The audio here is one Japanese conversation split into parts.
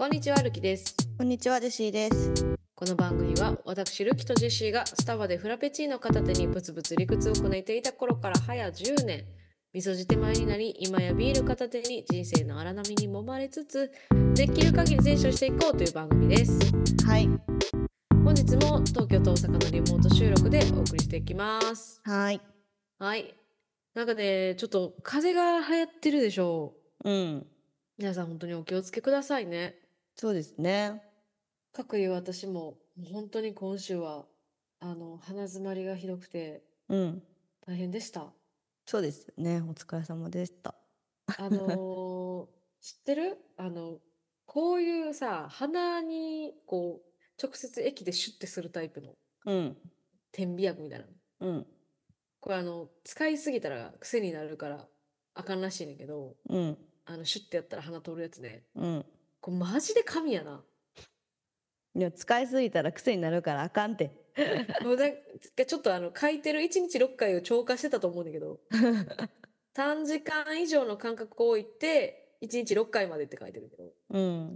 こんにちは、るきです。 こんにちは、ジェシーです。 この番組は私、るきとジェシーがスタバでフラペチーノ片手にブツブツ理屈をこねていた頃から早10年、みそじ手前になり、今やビール片手に人生の荒波に揉まれつつ、できる限り前進していこうという番組です。 はい。 本日も東京と大阪のリモート収録でお送りしていきます。 はい。 はい。なんかね、ちょっと風邪が流行ってるでしょう。 うん。 皆さん本当にお気をつけくださいね。 そうですね。 かくいう私も、もう本当に今週は、鼻づまりがひどくてうん。 大変でした。 そうですよね。お疲れ様でした。 あの知ってるこういうさ、鼻に、こう、直接液でシュッてするタイプのうん。 点鼻薬みたいなの。 うん。 これ使いすぎたら癖になるからあかんらしいねんけど、 うん。 シュッてやったら鼻通るやつね。 うん。 これマジで神やな。 いや、使いすぎたら癖になるからあかんて。 もうちょっと書いてる1日6回を超過してたと思うんだけど、3時間以上の間隔を置いて、1日6回までって書いてるけど、 うん。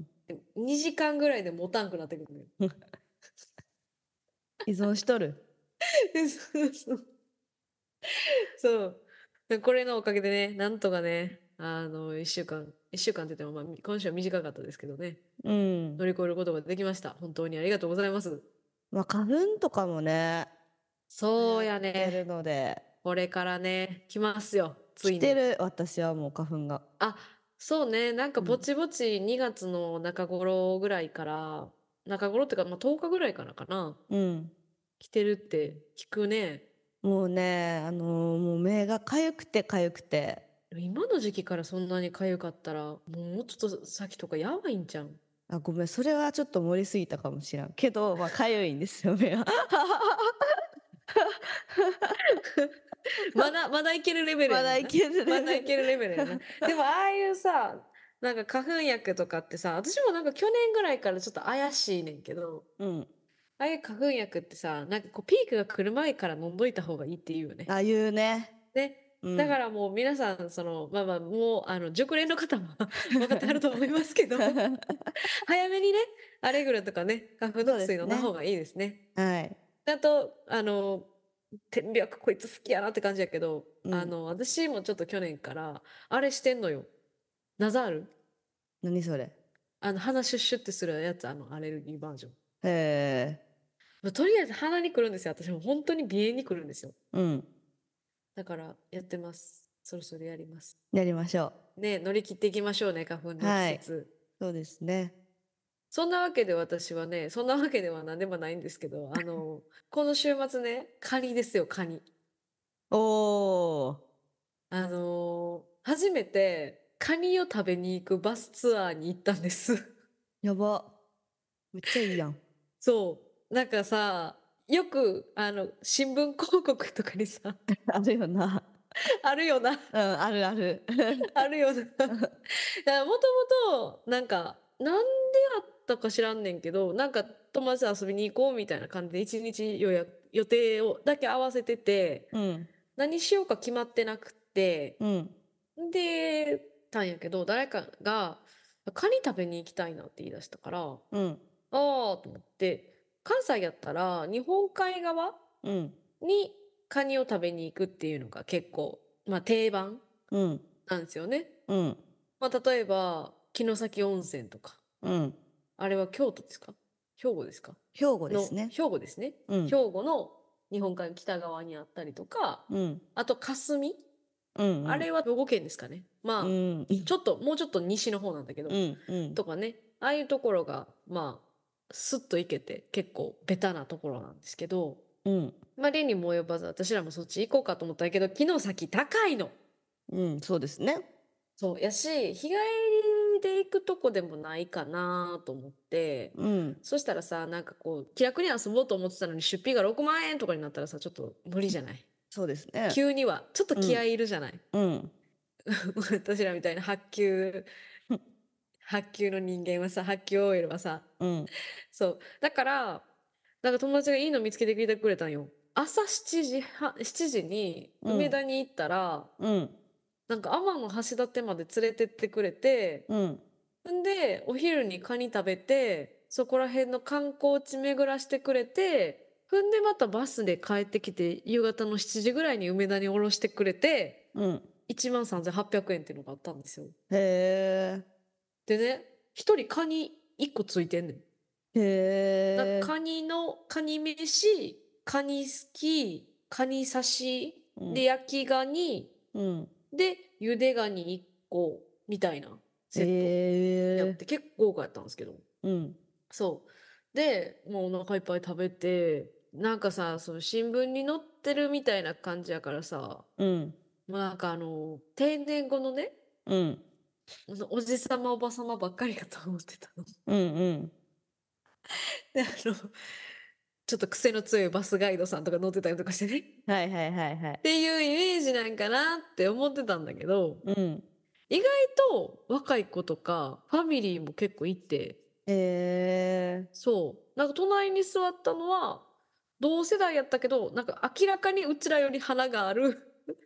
2時間ぐらいで持たんくなってくるのよ。 依存しとる。 そうそう。そう。これのおかげでね、なんとかね、一週間って言っても、まあ、今週は短かったですけどね、 うん。 乗り越えることができました。本当にありがとうございます。 まあ、花粉とかもね、流そう行っやね。 てるので、 これからね、来ますよ、ついに。 来てる、私はもう花粉が。 あ、そうね。なんかうん。 ぼちぼち2月の中頃ぐらいから、中頃っていうか、まあ、10日ぐらいからかな。 うん。 来てるって聞くね。 もうね、もう目が痒くて痒くて。 でも今の時期からそんなに痒かったら、もうちょっと先とかやばいんじゃん。 あ、ごめん、それはちょっと盛りすぎたかもしれんけど、まあ、痒いんですよ、目は。 まだいけるレベルまだいやねんな。 けるレまだいけるベル。 レベルやな。でもああいうさ、なんか花粉薬とかってさ、私もなんか去年ぐらいからちょっと怪しいねんけど、 うん。 ああいう花粉薬ってさ、なんかこうピークが来る前から飲んどいた方がいいっていうよね。 あ、言うね。 ね。 うん。 だからもう皆さん、まあまあ、もう、熟練の方は分かってはると思いますけど、早めにね、アレグラとかね、花粉のそうで薬すね。 飲んだ方がいいですね。 はい。 あと、点鼻薬こいつ好きやなって感じやけど、 うん。 私もちょっと去年から、あれしてんのよ。ナザール何それ。 鼻シュッシュってするやつ、アレルギーバージョン。 へえ。 まあとりあえず鼻に来るんですよ。私も本当に鼻炎に来るんですよ。 うん。 だからやってます。そろそろやります。 やりましょね、乗り切っていきましょうね、花粉う。 の季はい。 節。 そうですね。 そんなわけで私はね、そんなわけでは何でもないんですけど、この週末ね、カニですよ、カニ。 おお。 初めてカニを食べに行くバスツアーに行ったんです。 やば。めっちゃいいやん。 そう。なんかさ、よく、新聞広告とかにさ、 あるよな。 あるよな。 うん、あるある。 あるよな。もともと、なんか、なんでやったか知らんねんけど、なんか友達と遊びに行こうみたいな感じで一日予定をだけ合わせてて、 うん。 何しようか決まってなくて、 うん。 で、たんやけど、誰かが、カニ食べに行きたいなって言い出したから、あうん。 あと思って、関西やったら日本海側うん。 にカニを食べに行くっていうのが結構、まあ定番うん。 なんですよね。 うん。 まあ例えば、城崎温泉とか、 うん。 あれは京都ですか？兵庫ですか？ 兵庫ですね。 兵庫ですね。 うん。 兵庫の日本海北側にあったりとか、 うん。 あと霞、 うんうん。 あれは兵庫県ですかね。 うまあ、 ん。 もうちょっと西の方なんだけど、 うん。うん。 とかね、ああいうところが、まあ、スッと行けて結構ベタなところなんですけど、 うん。 まあ例にも及ばず私らもそっち行こうかと思ったけど、昨日先高いの。 うん、そうですね。 そうやし、日帰りで行くとこでもないかなと思って、 うん、 そしたらさ、なんかこう、気楽に遊ぼうと思ってたのに出費が6万円とかになったらさ、ちょっと無理じゃない。 そうですね。 急には。ちょっと気合うん、 いいるじゃない。 うん、 私らみたいな発給の人間はさ、発給 OL はさ、 うん、 そう。だから、なんか友達がいいの見つけてきてくれたんよ。朝7時にうん、 梅田に行ったら、 うん、 なんか天橋立まで連れてってくれて、 うん、 んで、お昼にカニ食べて、そこら辺の観光地巡らしてくれて、ほんでまたバスで帰ってきて、夕方の7時ぐらいに梅田に降ろしてくれて、 うん。 13,800円っていうのがあったんですよ。 へでね、一人カニ1個ついてんねん。 え。へえ。 カニの、カニ飯、カニすき、カニ刺し、で、焼きガニ、 うん。 で、茹でガニ1個、みたいなセットやって、結構豪華やったんですけど。 うん。 そう。で、もうお腹いっぱい食べて、なんかさ、その新聞に載ってるみたいな感じやからさ、 うん。 もうなんか定年後のね、 うん。 おじさまおばさまばっかりかと思ってたの。 うん。 で、ちょっと癖の強いバスガイドさんとか乗ってたりとかしてね。っはいはいはいはい。 ていうイメージなんかなって思ってたんだけど、 うん。 意外と若い子とかファミリーも結構いて、 へえ。 そう。なんか隣に座ったのは、同世代やったけど、なんか明らかにうちらより花がある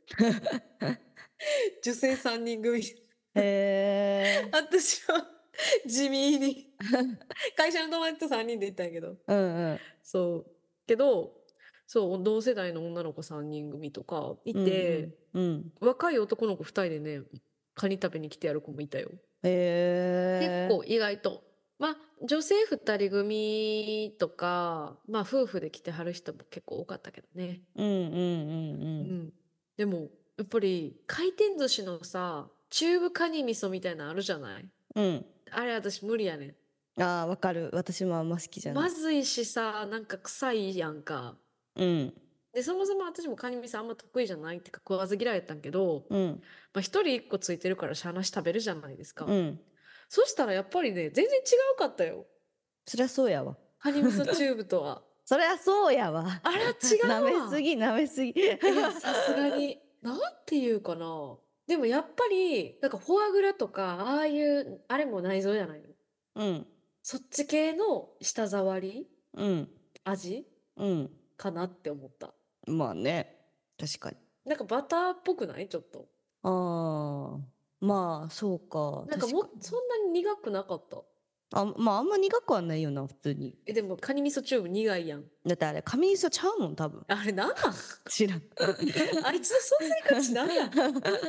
女性3人組。 へえ。 私は地味に会社の友達と3人で行ったんやけど。 うんうん。 そう。けど、そう、同世代の女の子3人組とかいうんて、 うん。うん。 若い男の子2人でね、カニ食べに来てやる子もいたよ。結へえ。 構意外と。まあ、女性2人組とか、まあ、夫婦で来てはる人も結構多かったけどね。 うんうんうんうん。でも、やっぱり回転寿司のさ、中部カニ味噌みたいなのあるじゃない？ うん。うん。 あれ私無理やねああ、わかる。私もあんま好きじゃん。 ない。 まずいしさ、なんか臭いやんか。 うん。 で、そもそも私もカニ味噌あんま得意じゃないってか食わず嫌いやったんけど、 うん。 まあ一人一個ついてるからしゃあなし食べるじゃないですか。 うん。 そしたらやっぱりね、全然違うかったよ。 そりゃそうやわ。 カニ味噌チューブとは。 そりゃそうやわ。 あら、違舐めうわ。 すぎ、舐めすぎ。 いや、さすがに。なんていうかな。でもやっぱり、なんかフォアグラとか、ああいう、あれも内臓じゃないの。 うん。 そっち系の舌触りうん。 味うん。 かなって思った。 まあね。確かに。 なんかバターっぽくないちょっと。 ああ。まあ、そうか。 なんか確かに。 そんなに苦くなかった。 まあ、あんま苦くはないよな、普通に。 でもカニ味噌チューブ苦いやん。 だってあれ、紙味噌ちゃうもん、多分。 あれなんなん知らん。 あいつの存在価値なんなん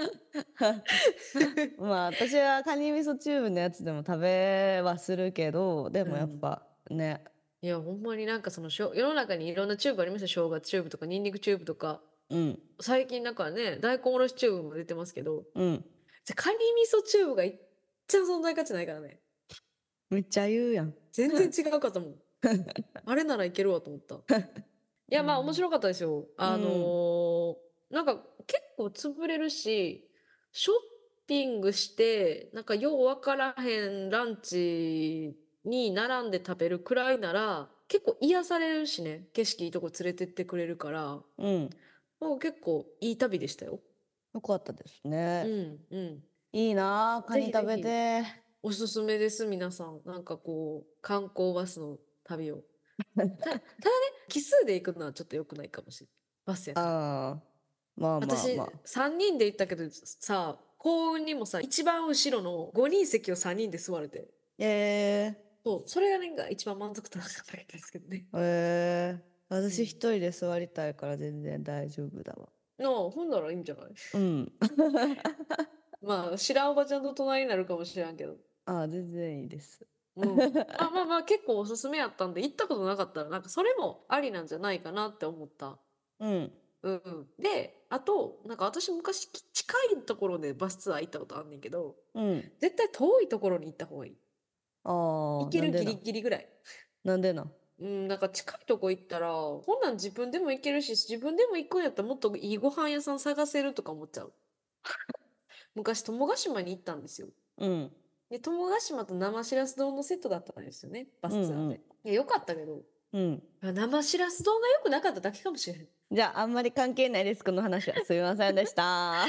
まあ、私はカニ味噌チューブのやつでも食べはするけど、でもやっうんぱね。 いや、ほんまになんかその世の中にいろんなチューブありますよ。生姜チューブとかニンニクチューブとか。 うん。 最近なんかね、大根おろしチューブも出てますけど、 うん。 カニ味噌チューブがいっちゃ存在価値ないからね。 めっちゃ言うやん。 全然違うかと思う。あれならいけるわと思った。いや、まあ面白かったですよ。なんか結構潰れるし、ショッピングして、なんかようわからへんランチに並んで食べるくらいなら、結構癒されるしね、景色いいとこ連れてってくれるから、 うん。 もう結構いい旅でしたよ。 よかったですうね。 ん、うん。 いいなあ、カニ食べぜひぜひ。 て。 おすすめです、皆さん。なんかこう、観光バスの旅を。ただね、奇数で行くのはちょっと良くないかもしれない。バスやから。 ああ。まあまあ私、 まあ。 3人で行ったけどさ、幸運にもさ、一番後ろの5人席を3人で座れて。 えそう、それがね、が一番満足度高かったですけどね。 私一人で座りたいから全然大丈夫だわ。 ほんならいいんじゃない？ うん。 まあ、知らんおばちゃんと隣になるかもしれんけど。 ああ、全然いいです。 うん。まあまあまあ、結構おすすめやったんで、行ったことなかったら、なんかそれもありなんじゃないかなって思った。 うん。 うんうん。で、あと、なんか私昔近いところでバスツアー行ったことあんねんけど、 うん。 絶対遠いところに行った方がいい。 ああ、 行けるギリなんでな。 ギリぐらい。 なんでな。 うん、なんか近いとこ行ったら、こんなん自分でも行けるし、自分でも行くんやったらもっといいご飯屋さん探せるとか思っちゃう。昔、友ヶ島に行ったんですよ。 うん。 で、友ヶ島と生しらす丼のセットだったんですよね、バうんスツアーで。 うん。 いや、よかったけど、 うん。 生しらす丼が良くなかっただけかもしれん。 じゃあ、あんまり関係ないです、この話は。すみませんでした。 はい。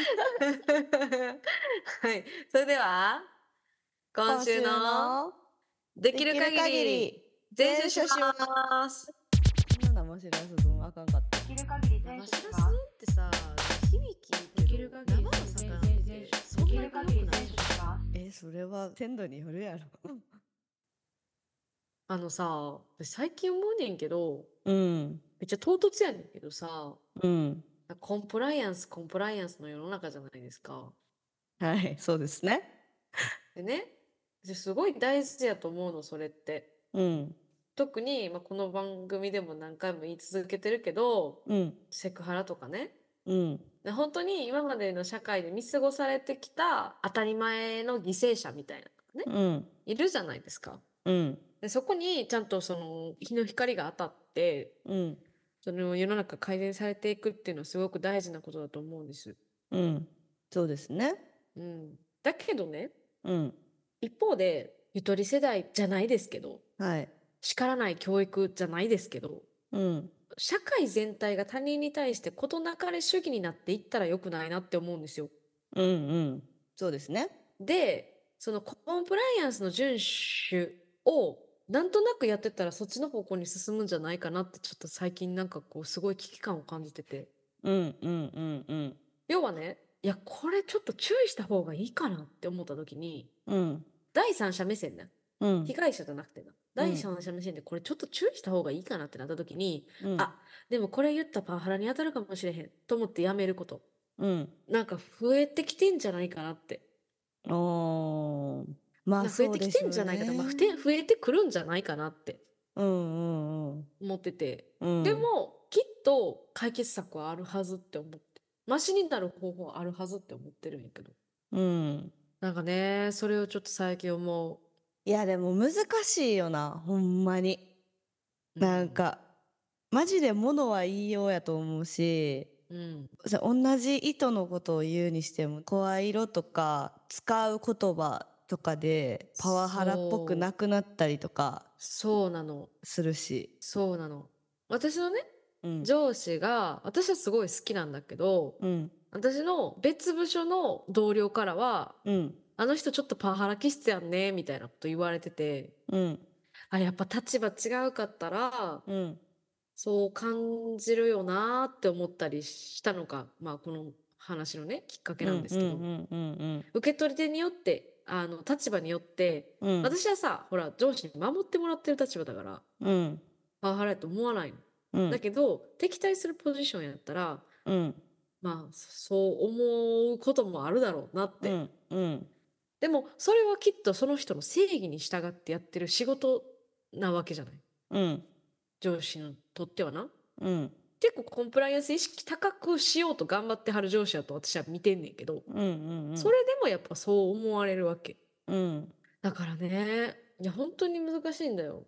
それでは、今今週週ののできるできる限限りり全集し全集します。 生しらす丼あかんかった。 できる限り生全集ししらす丼ます。 ってさ、響きいいけど、生の魚ってそんなに良くない。 できる限り全集します。 それは鮮度によるやろ。 私最近思うねんけど、 うん。 めっちゃ唐突やねんけどさ、 うん。 コンプライアンスの世の中じゃないですか。 はい、そうですね。 でね、すごい大事やと思うの、それって。 うん。 特に、この番組でも何回も言い続けてるけど、 うん。 セクハラとかね。 うん。 で本当に今までの社会で見過ごされてきた当たり前の犠牲者みたいなのがね、 うん。 いるじゃないですか。 うん。 でそこにちゃんとその日の光が当たって、 うん。 その世の中改善されていくっていうのはすごく大事なことだと思うんです。 うん。そうですね。 うん。だけどね、 うん。 一方で、ゆとり世代じゃないですけど、 はい。 叱らない教育じゃないですけど、 うん。 社会全体が他人に対して事なかれ主義になっていったら良くないなって思うんですよ。 うん。うん。そうですね。 で、そのコンプライアンスの遵守をなんとなくやってたらそっちの方向に進むんじゃないかなってちょっと最近なんかこうすごい危機感を感じてて。 うん。うん。うん。うん。 要はね、いや、これちょっと注意した方がいいかなって思った時に、 うん。 第三者目線ね。 うん。 被害者じゃなくてな。第うん。 三者目線でこれちょっと注意した方がいいかなってなった時に、 うん。 あ、でもこれ言ったらパワハラに当たるかもしれへんと思ってやめること。 うん。 なんか増えてきてんじゃないかなって。 おー。まあ増えてきてそうでしょうんじゃないかな。 ね。 増えてくるんじゃないかなってうん。うん。 思ってて。 うん。 でも、きっと解決策はあるはずって思って。マシになる方法はあるはずって思ってるんやけど。 うん。 なんかね、それをちょっと最近思いやでも難しいよな、ほんまに。 う。うん。 なんかマジで物は言いようやと思うし、 うん。 同じ意図のことを言うにしても声色とか使う言葉とかでパワハラっぽくなそう。 くなったりとかそうなの。 するし。 そうなの。私のね、 うん上司が、私はすごい好きなんだけど、 うん私の別部署の同僚からは、 うんあの人ちょっとパワハラ気質やんね、みたいなこと言われてて、 うんあ、やっぱ立場違うかったら、 うんそう感じるよなって思ったりしたのが、この話のね、きっかけうんなんですけど、 うんうんうん受け取り手によって、立場によって、 うん私はさ、ほら、上司に守ってもらってる立場だから、 うんパワハラやと思わないの。 うんだけど、敵対するポジションやったら、 うんそう思うこともあるだろうなって。 うんうんでも、それはきっとその人の正義に従ってやってる仕事なわけじゃない。 うん上司にとってはな。 うん結構コンプライアンス意識高くしようと頑張ってはる上司だと私は見てんねんけど、 うんうんそれでもやっぱそう思われるわけ。 うんだからね、いや、本当に難しいんだよ。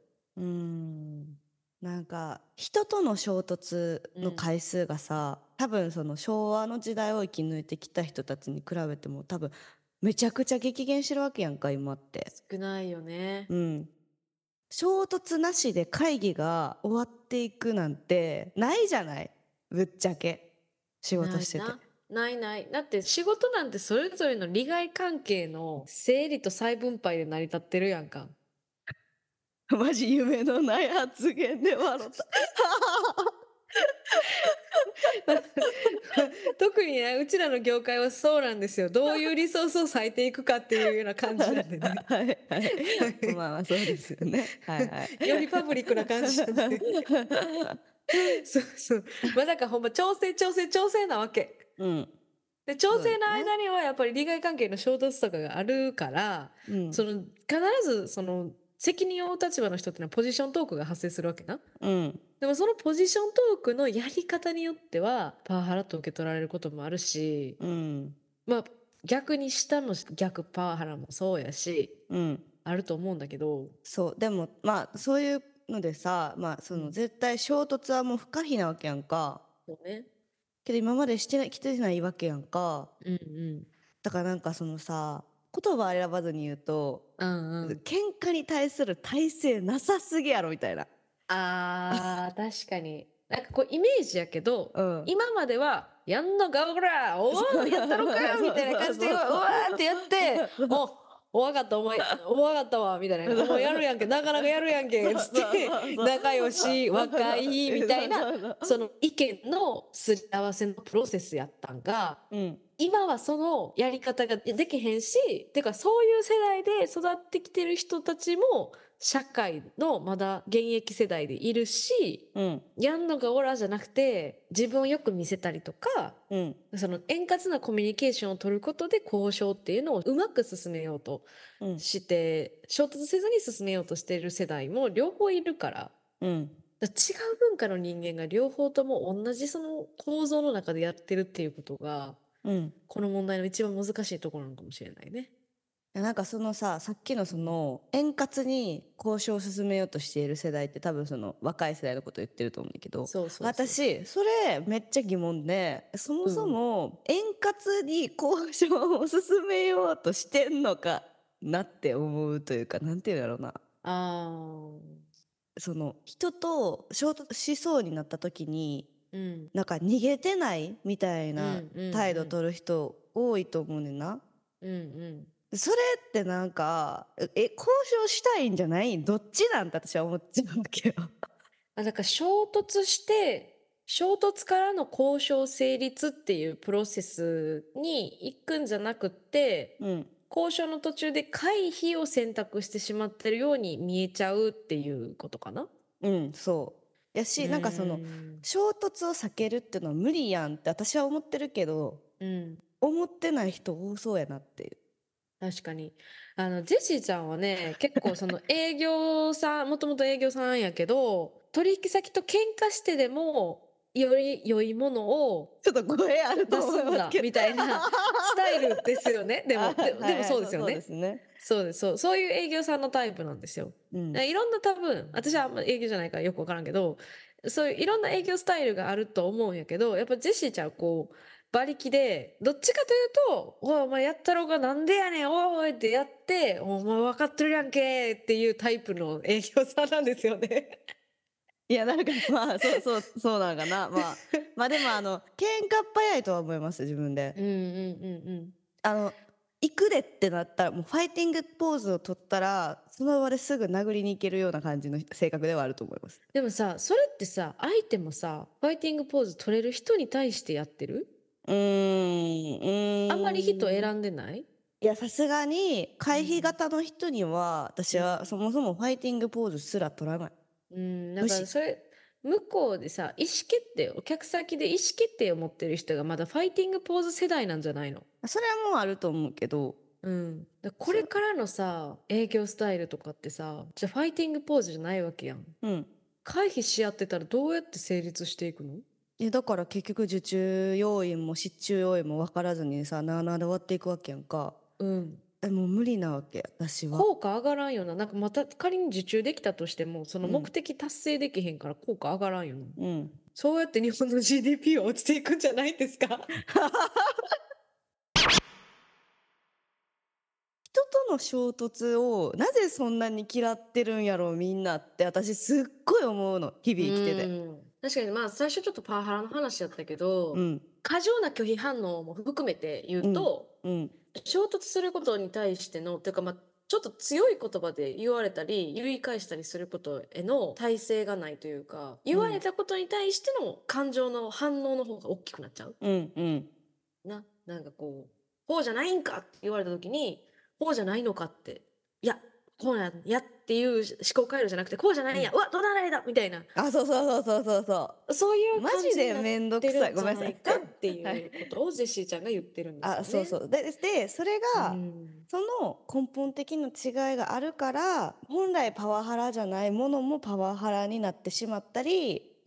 なんか人との衝突のうん。 回数がさ、多分その昭和の時代を生き抜いてきた人たちに比べても多分めちゃくちゃ激減してるわけやんか今って。 少ないよね。 衝突なしで会議が終わっていくなんてないじゃない、ぶっちゃけ仕事してて。 ないな。ないない。だって仕事なんてそれぞれの利害関係の整理と再分配で成り立ってるやんか。 マジ夢のない発言で笑った。 特にね、うちらの業界はそうなんですよ。どういうリソースを割いていくかっていうような感じなんでね。 はいはい。まあまあそうですよね。はいはい。 よりパブリックな感じなんで。そうそう。だからほんま調整なわけ。 うん。 で、調整のそうですね。 間にはやっぱり利害関係の衝突とかがあるから、 うん。 必ず責任を負う立場の人っていうのはポジショントークが発生するわけな。 うん。 でもそのポジショントークのやり方によってはパワハラと受け取られることもあるし、 うん。 逆に下の逆パワハラもそうやし、 うん。 あると思うんだけど、 そうでもまあそういうのでさ、その絶対衝突はもう不可避なわけやんか。 そうね。 けど今までしてない来てないわけやんか。 うんうん。 だからなんかそのさ、言葉選ばずに言うと、 うんうん。 喧嘩に対する耐性なさすぎやろみたいな。 確かに。なんかこうイメージやけど、 うん。 今までは、やんのかおらおーやったろかみたいな感じで、うわーってやって、わかった、お前、わかったわ、みたいな。お前やるやんけ、なかなかやるやんけ、つって、仲良し、若い、みたいな、その意見のすり合わせのプロセスやったんが、 うん今はそのやり方ができへんし、てかそういう世代で育ってきてる人たちも社会のまだ現役世代でいるし、 うんやんのがオラじゃなくて自分をよく見せたりとか、 うんその円滑なコミュニケーションを取ることで交渉っていうのをうまく進めようとうんして衝突せずに進めようとしている世代も両方いるから。 うん違う文化の人間が両方とも同じその構造の中でやってるっていうことがうん。 この問題の一番難しいところなのかもしれないね。 なんかそのさっきのその円滑に交渉を進めようとしている世代って多分その若い世代のことを言ってると思うんだけど、 そうそうそうそう。 私それめっちゃ疑問で、そもそも円滑に交渉を進めようとしてんのかなって思うというか、なんていうんだろうな、 あその人と衝突しそうになった時にあ、うん、 なんか逃げてないみたいうん、 なうん、 態度取る人多いと思うねんな。 うん、うん。 それってなんか交渉したいんじゃないどっちなんて私は思っちゃうわけよ。 だから衝突して、衝突からの交渉成立っていうプロセスに行くんじゃなくって、 うん交渉の途中で回避を選択してしまってるように見えちゃうっていうことかな。 うんそうやうーし、なんかそのん、 衝突を避けるっていうのは無理やんって私は思ってるけど、 うん。 思ってない人多そうやなっていう。 確かに。ジェシーちゃんはね、結構その営業さん、もともと営業さんやけど、取引先と喧嘩してでも、より良いものをちょっと声ある出と思すんだ、 いますけど。 みたいなスタイルですよね。でも、でもはいはい、そうでそうですよね。 すね。 そうです、そういう営業さんのタイプなんですよ。 うんいろんな多分、私はあんま営業じゃないからよくわからんけど、そういういろんな営業スタイルがあると思うんやけど、やっぱジェシーちゃんはこう、馬力で、どっちかというと、お前やったろうがなんでやねん、おいってやって、お前分かってるやんけっていうタイプの営業さんなんですよね。 いやなんかまあそうなのかな、まあでも喧嘩っ早いとは思います自分で。 うんうんうんうん。 行くでってなったらもうファイティングポーズを取ったらその場ですぐ殴りに行けるような感じの性格ではあると思います。 でもさ、それってさ、相手もさ、ファイティングポーズ取れる人に対してやってる？あんまり人選んでない？ いやさすがに回避うん型の人には私はそもそもファイティングポーズすら取らない。 うん、だ無視。 からそれ、向こうでさ、意思決定、お客先で意思決定を持ってる人がまだファイティングポーズ世代なんじゃないの？ それはもうあると思うけど、 うん。こそれからのさ、営業スタイルとかってさ、じゃあファイティングポーズじゃないわけやん。 うん。 回避し合ってたらどうやって成立していくの？ だから結局受注要員も失注要員も分からずにさなあなあで終わっていくわけやんか。 うん。 もう無理なわけ私は。 効果上がらんよな。なんかまた仮に受注できたとしても、そのうん目的達成できへんから効果上がらんよな。 うんそうやって日本の GDP は落ちていくんじゃないですか？ 人との衝突をなぜそんなに嫌ってるんやろうみんなって私すっごい思うの日う 々生きてて。 ん。確かにまあ最初ちょっとパワハラの話だったけど、 うん過剰な拒否反応も含めて言ううんと、 うん衝突することに対しての、というかまあ、ちょっと強い言葉で言われたり、言い返したりすることへの耐性がないというか、言われたことに対しての感情の反応の方が大きくなっちゃう。 うんうんなんかこう、こうじゃないんかって言われた時に、こうじゃないのかって、いや、こうなんやっていう思考回路じゃなくて、こうじゃないんや、うわ、怒鳴られたみたいな、 そうそういうマ感ジでじになっめんどくてるんじゃさいごめんなさい。 ないかってはいいうことをジェシーちゃんが言ってるんですよそうね。 そうでそれうがん。 その根本的な違いがあるから本来パワハラじゃないものもパワハラになってしまったりうん。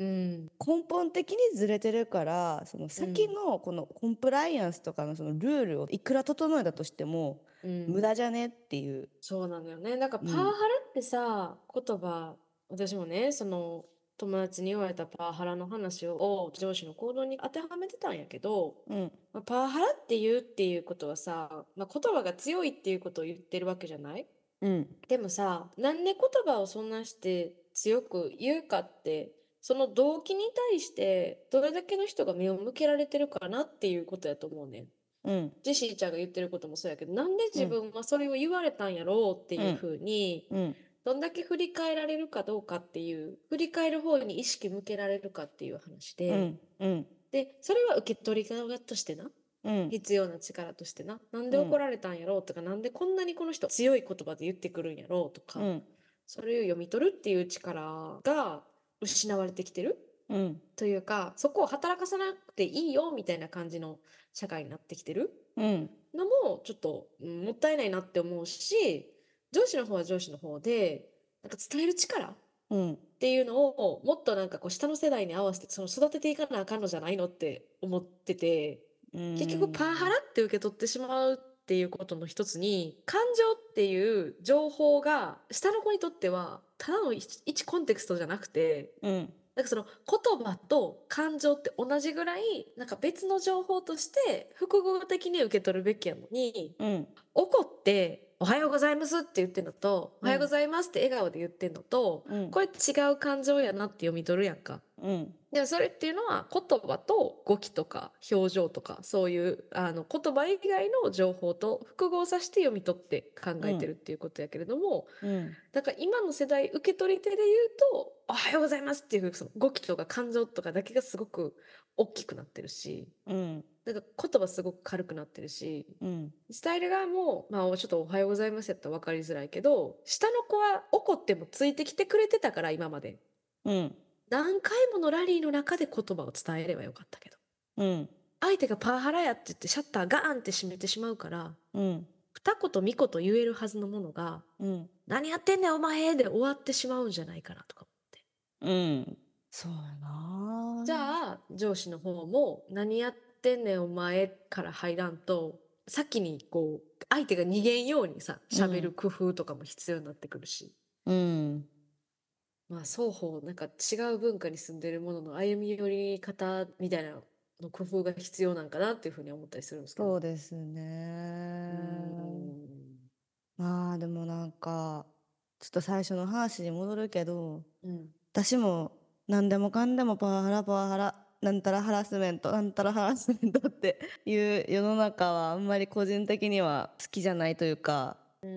根本的にずれてるからその先のこのコンプライアンスとかのそのルールをいくら整えたとしても無駄じゃねっていう。 そうなのよね。なんかうんパワハラってさ、言葉、私もね、その友達に言われたパワハラの話を上司の行動に当てはめてたんやけど、 うんまあパワハラって言うっていうことはさ、まあ、言葉が強いっていうことを言ってるわけじゃない？ うんでもさ、なんで言葉をそんなして強く言うかって、その動機に対してどれだけの人が目を向けられてるかなっていうことやと思うねん。 うんジェシーちゃんが言ってることもそうやけど、なんでうん自分はそれを言われたんやろうっていううんふうに、 うんどんだけ振り返られるかどうかっていう、振り返る方に意識向けられるかっていう話で、 うんうんで、それは受け取り側としてな。 うん必要な力としてな。なんで怒うんられたんやろうとか、なんでこんなにこの人強い言葉で言ってくるんやろうとか、 うんそれを読み取るっていう力が失われてきてるうんというか、そこを働かさなくていいよみたいな感じの社会になってきてるうんのもちょっと、もったいないなって思うし、上司の方は上司の方で、なんか伝える力っうんていうのをもっとなんかこう下の世代に合わせてその育てていかなあかんのじゃないのって思ってて、 う結局パワハんラって受け取ってしまうっていうことの一つに、感情っていう情報が下の子にとってはただの一コンテクストじゃなくて、 うんなんかその言葉と感情って同じぐらいなんか別の情報として複合的に受け取るべきやのに、 うん怒って「おはようございます」って言ってんのと「おはようごうんざいます」って笑顔で言ってんのと、 うんこれ違う感情やなって読み取るやんか。 うんでもそれっていうのは言葉と語気とか表情とかそういう言葉以外の情報と複合させて読み取って考えてるっていうことやけれども、 うんだから今の世代受け取り手で言うと「おはようございます」っていうその語気とか感情とかだけがすごく大きくなってるし、 うんなんか言葉すごく軽くなってるし、 うん伝える側もまあちょっと「おはようございます」やったら分かりづらいけど、下の子は怒ってもついてきてくれてたから今まで。 うん何回ものラリーの中で言葉を伝えればよかったけど、 うん相手がパワハラやって言ってシャッターガーンって閉めてしまうから、 うん二言三言言えるはずのものがうん何やってんねんお前で終わってしまうんじゃないかなとか思って。 うんそうやなじゃあ上司の方も何やってんねんお前から入らんと、先にこう相手が逃げんようにさ喋る工夫とかも必要になってくるし、 うんまあ双方なんか違う文化に住んでるものの歩み寄り方みたいなの工夫が必要なんかなっていうふうに思ったりするんですけど。 そうですうーね。 ん。 まあでもなんかちょっと最初の話に戻るけど、 うん。 私も何でもかんでもパワハラパワハラなんたらハラスメントなんたらハラスメントっていう世の中はあんまり個人的には好きじゃないというか、 うん。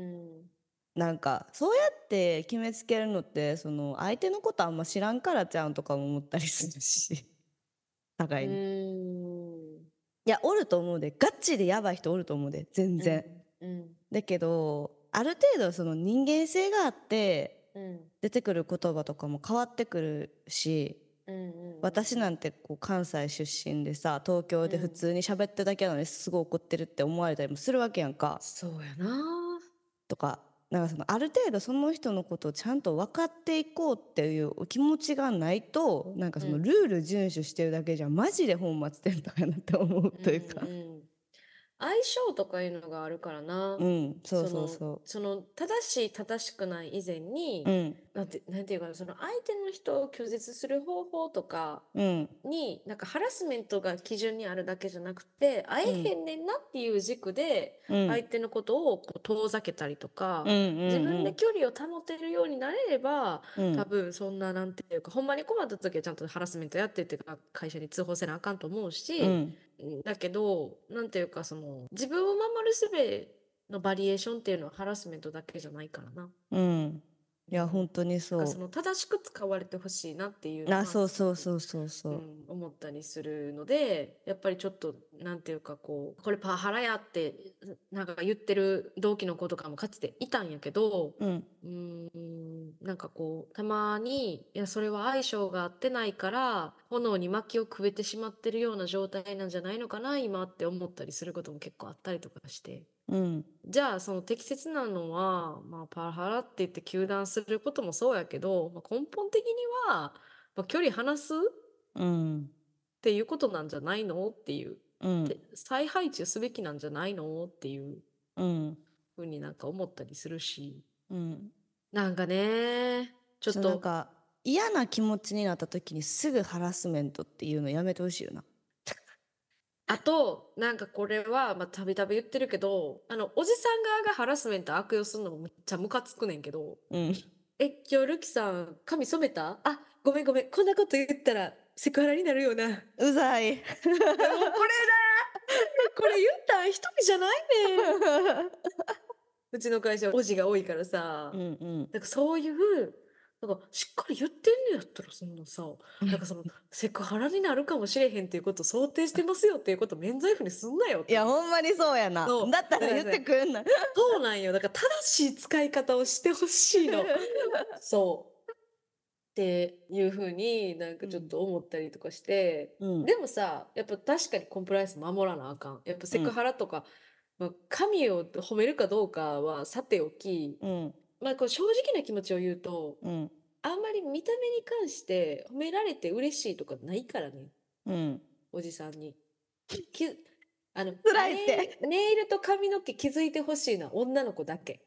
なんかそうやって決めつけるのってその相手のことあんま知らんからちゃうんとかも思ったりするしう互いに。 ーん。 いやおると思うで、ガチでやばい人おると思うで全うん。 然。 うん。 だけどある程度その人間性があってうん。 出てくる言葉とかも変わってくるし、 うん。うん。 私なんてこう関西出身でさ東京で普通に喋ってるだけなのにすごい怒ってるって思われたりもするわけやんか。 そうやな。 とかなんかそのある程度その人のことをちゃんと分かっていこうっていう気持ちがないと、なんかそのルール遵守してるだけじゃマジで本末転倒やなって思うというか。 うん。相性とかいうのがあるからな。 うんそうそうそその正しい正しくない以前に、 う。うんなんていうかな、その相手の人を拒絶する方法とかうんになんかハラスメントが基準にあるだけじゃなくて、会えへんねんなっていう軸でうん相手のことをこう遠ざけたりとか、 うん自うん分で距離を保てるようになれれば、多うん分そんななんていうかほんまに困った時はちゃんとハラスメントやってっていうか会社に通報せなあかんと思うし、 うんだけどなんていうかその自分を守る術のバリエーションっていうのはハラスメントだけじゃないからな。 うんいや本当になんかそその正しく使われてほしいなっていうう。あのはそうそうすごく、 そうそうそう。 思ったりするので、やっぱりちょっとなんていうかこうこれパワハラやってなんか言ってる同期の子とかもかつていたんやけど、 うんなんかこうたまにいやそれは相性が合ってないから炎に薪をくべてしまってるような状態なんじゃないのかな今って思ったりすることも結構あったりとかして。 うんじゃあその適切なのは、まあ、パワハラって言って糾弾することもそうやけど、まあ、根本的には、まあ、距離離すっうんていうことなんじゃないのっていう、 うんで再配置すべきなんじゃないのっていううんふうになんか思ったりするし、 うんなんかねちょっそうなんとか嫌な気持ちになった時にすぐハラスメントっていうのやめてほしいよな。 あとなんかこれはまあたびたび言ってるけどおじさん側がハラスメント悪用するのもめっちゃムカつくねんけど、 うん今日ルキさん髪染めた？あ、ごめんごめん。こんなこと言ったらセクハラになるよな。もううざい。 これこれ言ったん一人じゃないねん。うちの会社おじが多いからさ。 うんうんなんかそういうなんかしっかり言ってんのやったらそんなさ、なんかそのセクハラになるかもしれへんっていうことを想定してますよっていうことを免罪符にすんなよっいや、 て思う。 ほんまにそうやな。 そう。 だったら言っだからさ、 てくんな。 そうなんよ。だから正しい使い方をしてほしいの。そう。っていう風になんかちょっうん。 と思ったりとかして、 うん。 でもさ、やっぱ確かにコンプライアンス守らなあかん。やっぱセクうん。 ハラとか、まあ、神を褒めるかどうかはさておき、 うん。 まあ、こう正直な気持ちを言うと、 うん。 あんまり見た目に関して褒められて嬉しいとかないからね、 うん。 おじさんに。き、あの、 辛いって。 ネイルと髪の毛気づいてほしいのは女の子だけ。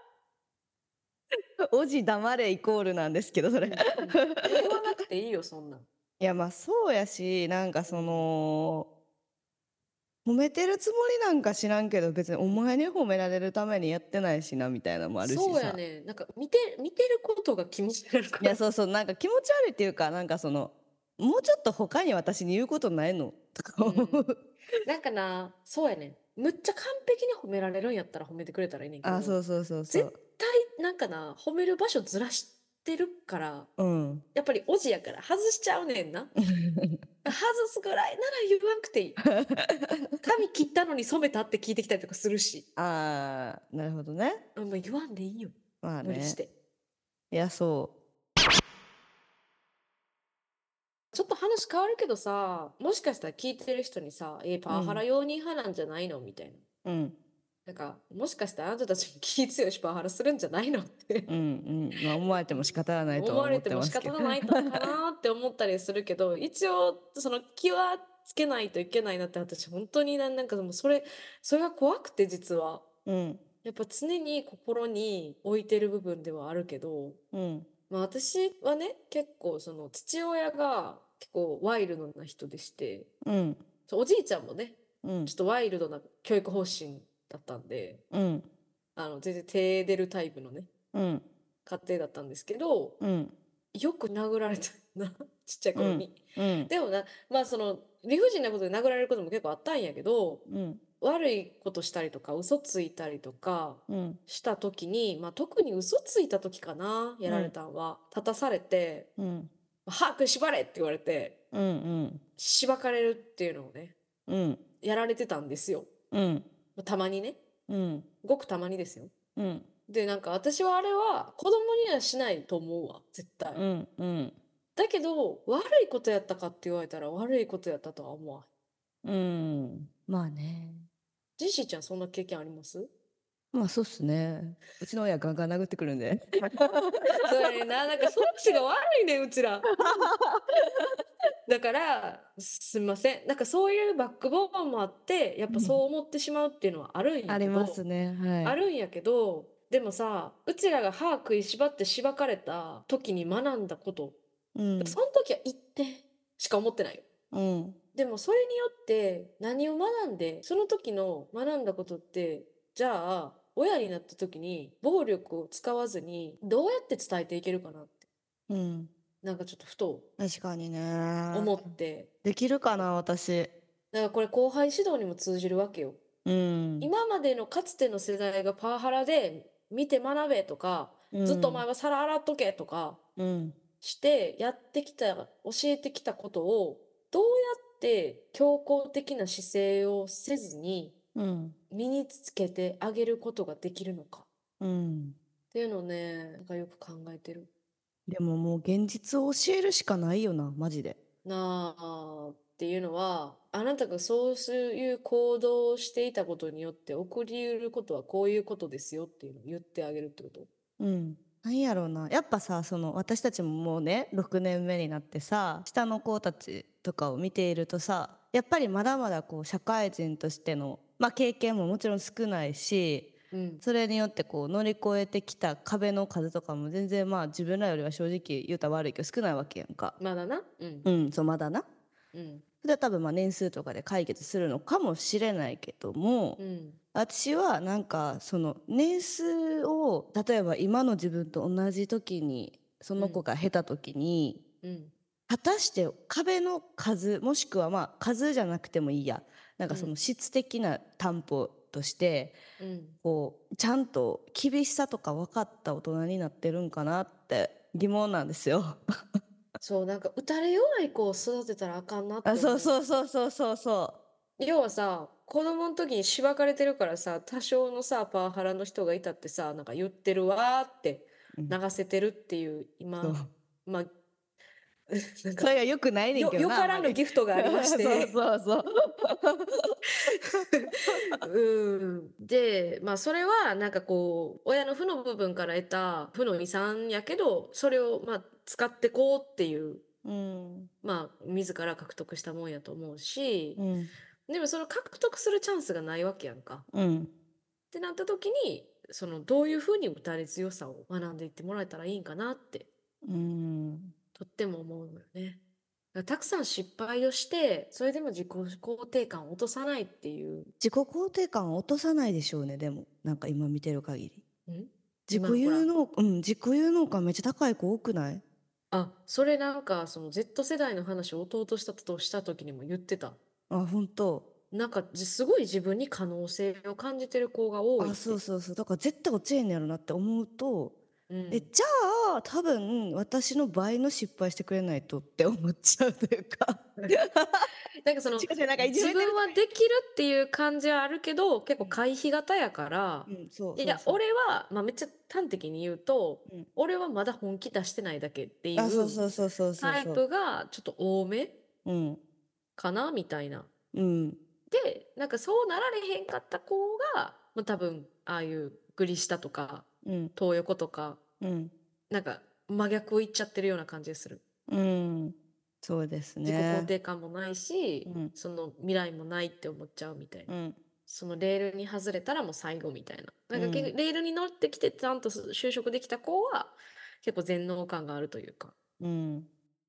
おじ黙れイコールなんですけど、それ。 うん、うん。言わなくていいよ、そんなん。 いや、まあそうやし、なんかそうん、 の、褒めてるつもりなんか知らんけど、別におうん。 前に褒められるためにやってないしな、みたいなのもあるしさ。 そうやね。なんか見てることが気持ち悪いかいや、 ら。 そうそう、なんか気持ち悪いっていうか、なんかその、もうちょっと他に私に言うことないのとか思うん。 う。 なんかな、そうやね。むっちゃ完璧に褒められるんやったら褒めてくれたらいいねんけあ、そど、 うそうそうそ絶う。 対なんかな、褒める場所ずらしてるから、 うん。 やっぱりおじやから外しちゃうねんな。外すぐらいなら言わんくていい。髪切ったのに染めたって聞いてきたりとかするし。 ああ、なるほどね。 あ、もう言わんでいいよ。 まあね。 無理して。 いや、そちょっと話変わるけどさ、もしかしたら聞いてる人にさ、パう。 ワハラうん。 容認派なんじゃないのみたいな。 うん。 なんか、もしかしたらあなたたちも気強いしパワハラするんじゃないのってうんうん。まあ思われても仕方がないとは思っ思われても仕てますけど。 方がないとかなって思ったりするけど、一応、その気はつけないといけないなって私本当になんかもうそれが怖くて実は。 うん。 やっぱ常に心に置いてる部分ではあるけど、 うん。 まあ私はね、結構その父親が結構ワイルドな人でして、 うん。 そうおじいちゃんもね、 うん。 ちょっとワイルドな教育方針だったんで、 うん。 全然手出るタイプのね、 うん。 家庭だったんですけど、 うん。 よく殴られたな、ちっちゃいうん。 頃に。 うん。 でもな、まあその理不尽なことで殴られることも結構あったんやけど、 うん。 悪いことしたりとか嘘ついたりとかうん。 した時に、まあ、特に嘘ついた時かなやられうん。 たんは立たされてうん。 「歯食いしばれ!」って言われてうん。 しばかれるっていうのをねうん。 やられてたんですよ。 うん。 たまにね、 うん。 ごくたまにですよ。 うん。 でなんか私はあれは子供にはしないと思うわ絶対。 うん。うん。 だけど悪いことやったかって言われたら悪いことやったとは思わん。 うん。まあね。 ジェシーちゃんそんな経験あります？ まあそうっすね。うちの親ガンガン殴ってくるんで。 そうやねんな、なんかそっちが悪いねんうちら。だから、すみません。なんかそういうバックボーンもあって、やっぱそう思ってしまうっていうのはあるんやありまけど、 すね。はい。 でもさ、うちらが歯食いしばってしばかれた時に学んだこと、 うん。 その時は言ってしか思ってないよ。 うん。 でもそれによって何を学んで、その時の学んだことって、じゃあ、親になった時に暴力を使わずにどうやって伝えていけるかなって、 うん。 なんかちょっとふと確かにね。 思って、 できるかな、私。 だからこれ後輩指導にも通じるわけよ。 うん。 今までのかつての世代がパワハラで見て学べとか、ずっとおうん。 前は皿洗っとけとかうん。 してやってきた、教えてきたことをどうやって強硬的な姿勢をせずにうん。 身につけてあげることができるのかうん。 っていうのをね、なんかよく考えてる。 でももう現実を教えるしかないよな、マジで。 なあっていうのは、あなたがそういう行動をしていたことによって起こり得ることはこういうことですよっていうのを言ってあげるってこと。 うん。なんやろうな。やっぱさ、私たちももうね、6年目になってさ、下の子たちとかを見ているとさ、やっぱりまだまだこう、社会人としての、まあ経験ももちろん少ないし、 うん。 それによってこう乗り越えてきた壁の数とかも全然まあ自分らよりは正直言うたら悪いけど少ないわけやんか。 まだな。うん。 うん、そうまだな。 うん。 それは多分まあ年数とかで解決するのかもしれないけども、 うん。 私はなんかその年数を例えば今の自分と同じ時にその子うん。 が経た時にうん。 果たして壁の数もしくはまあ数じゃなくてもいいや、なんかそのうん。 質的な担保としてうん。 こうちゃんと厳しさとか分かった大人になってるんかなって疑問なんですよ。 そう、なんか打たれ弱い子を育てたらあかんなっあ、そうて思う。 そうそうそうそうそ要はさ、子供の時にしばかれてるからさ、多少のさ、パワハラの人がいたってさ、なんか言ってるわーってう。うん、 流せてるっていう、 そう。 今、まあ、なんか、 それが良くないねんけどな、あんよからぬまり。 ギフトがありましそうて。 そうそう。 うん。で、まあそれはなんかこう、親の負の部分から得た負の遺産やけど、それをまあ使ってこうっていう、 うん、 まあ自ら獲得したもんやと思うし、 うん、 でもその獲得するチャンスがないわけやんか。 うん、 ってなった時に、そのどういうふうに打たれ強さを学んでいってもらえたらいいんかなってうん。 とっても思うのよね。だからたくさん失敗をして、それでも自己肯定感を落とさないっていう。 自己肯定感を落とさないでしょうね、でも。なんか今見てる限り。自己今ほら、 有能、うん、自己有能感めっちゃ高い子多くない？ あ、それなんかその Z 世代の話を弟した時にも言ってた。 あ、本当。 なんかすごい自分に可能性を感じてる子が多いっあ、そうて。 そうそう。だから絶対落ちへんのやろなって思うと、 うんじゃあ多分私の倍の失敗してくれないとって思っちゃうというか。 なんかその、 違う違う、なんかいじめてる自分はとか言って。 できるっていう感じはあるけど、結構回避型やから、 うん、うん、そういや、 そうそう。 俺は、まあ、めっちゃ端的に言うと、 うん。 俺はまだ本気出してないだけっていあ、そううそうそうそうそうそう。 タイプがちょっと多めうん、 かなみたいな。 うん、 で、なんかそうなられへんかった子が、まあ、多分、ああいうグリ下とか、 うん、 東横とか、 うん、 なんか真逆を言っちゃってるような感じがする。 うん。そうです自己肯ね。 定感もないし、 うん、 その未来もないって思っちゃうみたいな。 うん、 そのレールに外れたらもう最後みたいな。なんかうん、 レールに乗ってきてちゃんと就職できた子は結構全能感があるというか。 うん。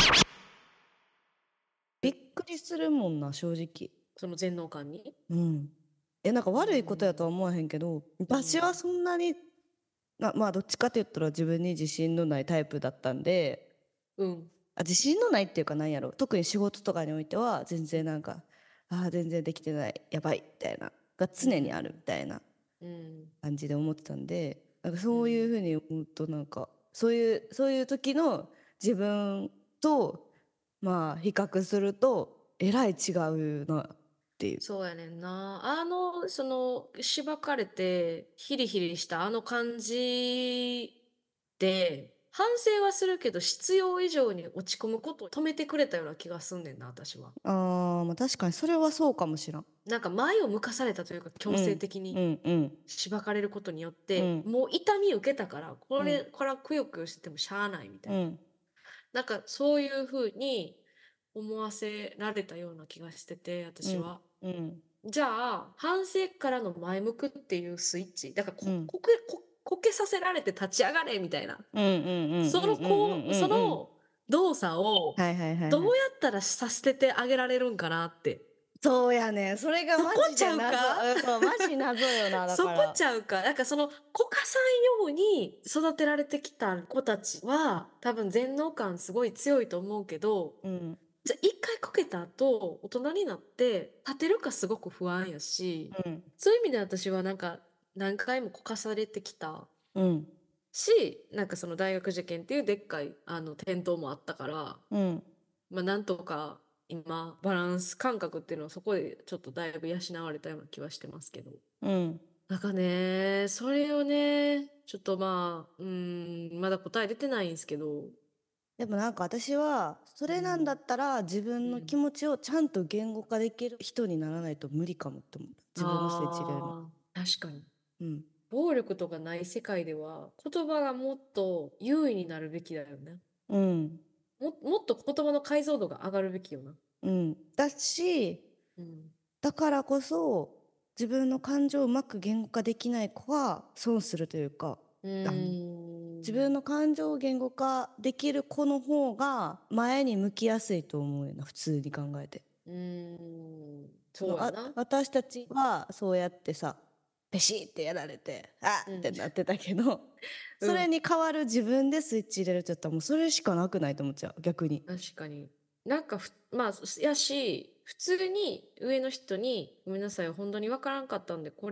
びっくりするもんな、正直。 その全能感に。 うん。なんかう悪いことやとはん。 思わへんけど、 うん。 私はそんなに、まあどっちかって言ったら自分に自信のないタイプだったんで、 うん。 自信のないっていうかなんやろ、特に仕事とかにおいては全然なんか、ああ、全然できてない、やばい、みたいな、がう常にあるみん。 たいなうん。 感じで思ってたんで、なんかうん。 そういうふうに思うとなんか、そういう時の自分と、まあ比較すると、えらい違うなっていう。 そうやねんな。その、しばかれて、ヒリヒリしたあの感じで、反省はするけど、必要以上に落ち込むことを止めてくれたような気がすんねんな、私は。 ああ、まあ確かにそれはそうかもしらん。 なんか前を向かされたというか、強制うん、 的にうん、うん、 しばかれることによって、 うん、 もう痛み受けたから、こうん、 れからくよくよしててもしゃあないみたいな。 うん、 なんかそういうふうに思わせられたような気がしてて、 うん、 私は。 うん、 じゃあ、反省からの前向くっていうスイッチ。だからうん、 こけさせられて立ち上がれみたいな。 うん、うん、うん、うん、うん、 そうん、 の動作をはいはいはいどうやはい。 ったらさせてあげられるんかなって。 そうやね。それがそマジこちゃうで謎。 か？ そう、マジ謎よな、だそこから。 ちゃうか。なんかその、こかさんように育てられてきた子たちは、多分全能感すごい強いと思うけど、 うん、 じゃあ一回こけた後、大人になって立てるかすごく不安やし、 うん、 そういう意味で私はなんか何回もこかされてきたうん、 し、なんかその大学受験っていうでっかい転倒もあったから、 うん、 まあなんとか今バランス感覚っていうのはそこでちょっとだいぶ養われたような気はしてますけど。 うん。 なんかね、それをね、ちょっとまあ、まだ答え出てないんですけど、 でもなんか私は、それなんだうん、 ったら自分の気うん。 持ちをちゃんと言語化できる人にならないと無理かもって思った。自分のスイッチ入れるの。 ああ、確かに。 うん。 暴力とかない世界では、言葉がもっと優位になるべきだよね。 うん。 もっと言葉の解像度が上がるべきよな。 うん。だし、 うん。 だからこそ自分の感情をうまく言語化できない子は損するというか、 うあのーん。 自分の感情を言語化できる子の方が前に向きやすいと思うよな、普通に考えて。 うーん。 そのそうやな。 私たちはそうやってさ、ペシッってやられてあっうん。 てなってたけど、それうん。 に代わる自分でスイッチ入れるって言ったらもうそれしかなくないと思っちゃう、逆に。 確かに。なんかまあ、やし、普通に上の人に、ごめんなさい、本当にわからんかったんで、これ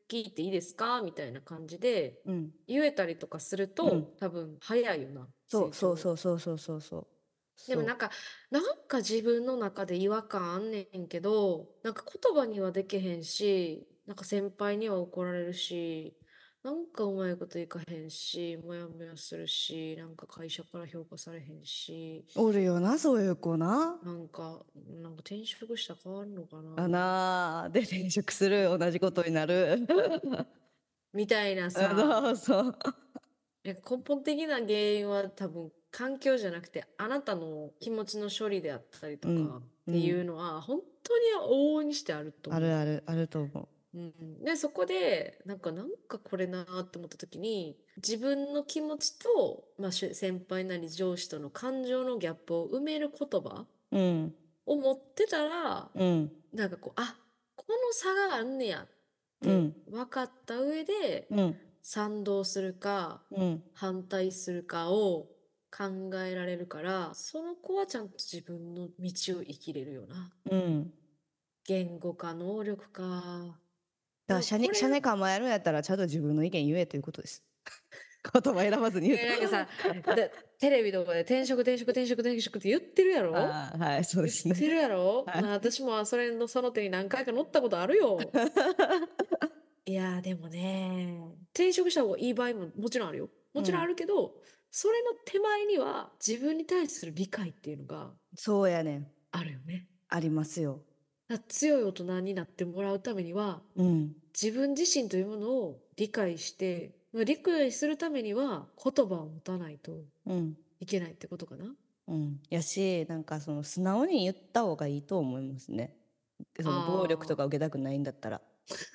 聞いていいですかみたいな感じでうん言えたりとかするうんと、多分早いよな、 そうそう成長が。 そうそうそうそうそうそでもなんか自分の中で違和感あんねんけど、なんか言葉にはできへんし、なんか先輩には怒られるし、なんかうまいこといかへんし、もやもやするし、なんか会社から評価されへんし、 うおるよなそういう子な。 なんか転職したら変わるのかなあなあで転職する同じことになる。 みたいなあさ、 そうそう根本的な原因は多分環境じゃなくてあなたの気持ちの処理であったりとうんかっていうんうのは本当に往々にしてあると思う。 あるあるあると思うん、でそこでなんかこれなーって思った時に自分の気持ちと、先輩なり上司との感情のギャップを埋める言葉う。うんを持ってたらうんなんかこうこの差があんねやってうん分かった上でうん賛同するかうん反対するかを考えられるからその子はちゃんと自分の道を生きれるよな。 うん。 言語化能力か。でだからもこれ車に構えるんやったらちゃんと自分の意見言えということです。言葉選ばずに言うと。 なんかさ、テレビとかで転職転職転職転職って言ってるやろ。 ああはいそうで言っすね。 てるやろ。 はい。 私もその手に何回か乗ったことあるよ。いやーでもね、転職した方がいい場合ももちろんあるよ。もちろんあうんるけど、それの手前には自分に対する理解っていうのがそうやねん。 あるよね。 ありますよ。 強い大人になってもらうためには、 うん自分自身というものを理解して、理解するためには言葉を持たないとうんいけないってことかな。 うんやしなんかその素直に言った方がいいと思いますね。その暴力とああ。 か受けたくないんだったら。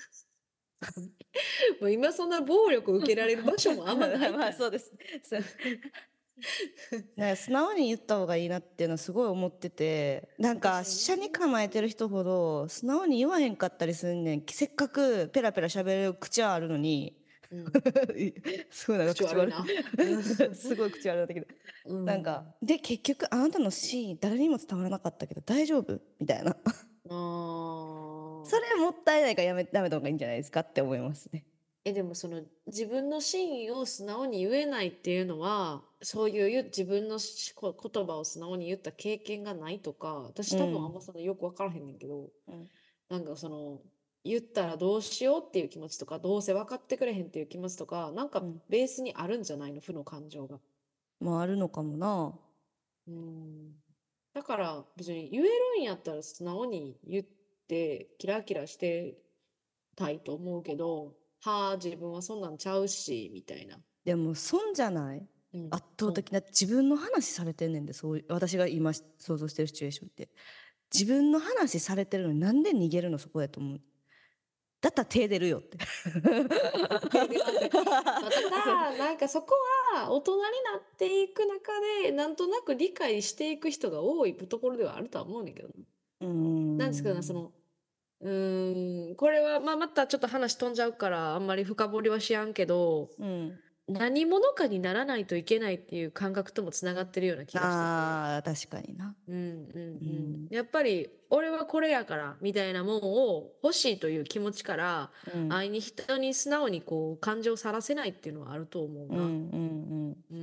もう今そんな暴力を受けられる場所もあんまないまから。 あそうです。そうなんか素直に言った方がいいなっていうのはすごい思っててなんか私車に構えてる人ほど素直に言わへんかったりすんねん。せっかくペラペラ喋る口はあるのにうん。 すごいなんか口悪口悪いな。 いすごい口悪いんだけどうなんかん。 で結局あなたのシーン誰にも伝わらなかったけど大丈夫みたいなあそれあ。 もったいないからやめた方がいいんじゃないですかって思いますね。 でもその自分の真意を素直に言えないっていうのは、そういう自分の言葉を素直に言った経験がないとか、私多分あんうんまそのよくわからへんねんけど、 うんなんかその、言ったらどうしようっていう気持ちとか、どうせ分かってくれへんっていう気持ちとか、なんかうんベースにあるんじゃないの負の感情が。 まああるのかもな。 うん。だから別に言えるんやったら素直に言ってキラキラしてたいと思うけど、はあ、自分はそんなんちゃうし、みたいな。 でも損じゃない。 うん、 圧倒的な自分の話されてんねんでそういう私が今想像してるシチュエーションって自分の話されてるのになんで逃げるのそこやと思う。だったら手出るよって手出ます。たそうだ、なんかそこは大人になっていく中で、なんとなく理解していく人が多いところではあるとは思うねんけどな。 うーなんですけどな、 んこれは、またちょっと話飛んじゃうから、あんまり深掘りはしやんけど、 うん何者かにならないといけないっていう感覚ともつながってるような気がしてて。 あー確かにな。 うんうんううん。 んやっぱり、俺はこれやから、みたいなもんを欲しいという気持ちから、 うん人に素直にこう、感情をさらせないっていうのはあると思ううんうな。 んうん。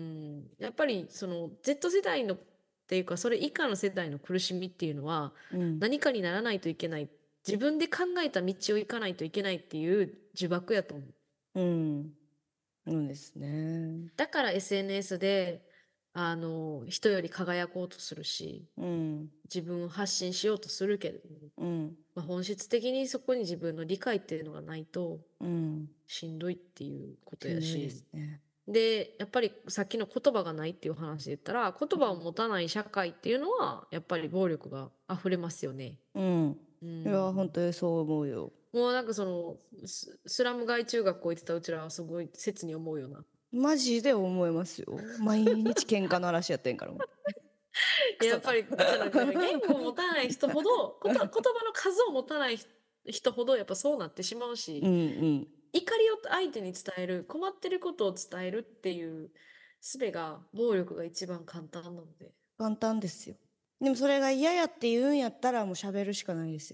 やっぱり、その、Z 世代の、っていうか、それ以下の世代の苦しみっていうのは、 うんうん何かにならないといけない。自分で考えた道を行かないといけないっていう呪縛やと思う。 うんそうですね。 だから SNS で、人より輝こうとするし、 うん自分を発信しようとするけれども、 うん本質的にそこに自分の理解っていうのがないとうんしんどいっていうことしんどいでやし、 すね。 で、やっぱりさっきの言葉がないっていう話で言ったら、言葉を持たない社会っていうのは、やっぱり暴力が溢れますよね。 うんういや本ん。 当にそう思うよ。 もうなんかその、スラム街中学校行ってたうちらはすごい切に思うよな。 マジで思いますよ。毎日喧嘩の嵐やってんからもう。クソが。 やっぱり、なんか言語を持たない人ほど、言葉の数を持たない人ほど、やっぱそうなってしまうし、 うんうん怒りを相手に伝える、困ってることを伝えるっていう術が、暴力が一番簡単なので。 簡単ですよ。でもそれが嫌やって言うんやったらもう喋るしかないですよ。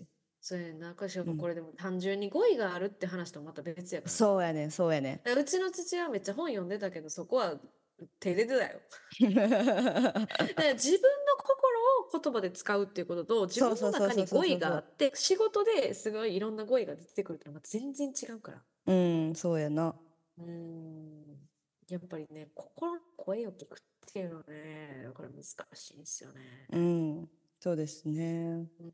そうやな。しかうん。 もこれでも単純に語彙があるって話とまた別やからな。 そうやねん、そうやねん。 うちの父はめっちゃ本読んでたけど、そこは照れてたよ。だから自分の心を言葉で使うっていうことと、自そう分のそうそうそう中に語彙そうそうそう。 があって、仕事ですごいいろんな語彙が出てくるってのは全然違うから。 うん、そうやな。 うーん。やっぱりね、心の声を聞くっていうのはね、だから難しいんですよね。 うん、そうですね。 うん、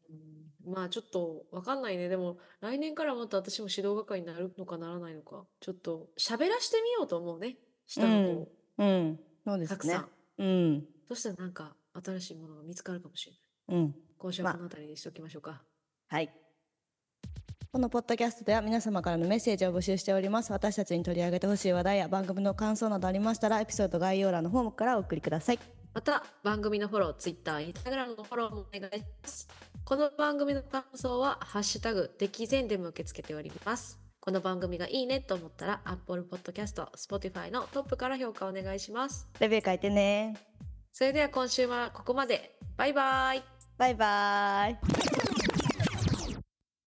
まあちょっとわかんないね。でも来年からまた私も指導係になるのかならないのか。ちょっと喋らしてみようと思うね。 うん、 下の子をうん、そうですね。 たくさん。 うん、 そしたらなんか新しいものが見つかるかもしれない。 うん。 今週はまあ、 この辺りにしておきましょうか。 はい。このポッドキャストでは皆様からのメッセージを募集しております。私たちに取り上げてほしい話題や番組の感想などありましたら、エピソード概要欄のフォームからお送りください。 また番組のフォロー、Twitter、Instagram のフォローもお願いします。この番組の感想はハッシュタグ敵前でも受け付けております。この番組がいいねと思ったら Apple Podcast、Spotify のトップから評価お願いします。 レビュー書いてね。 それでは今週はここまで。バイバイ。 バイバーイ。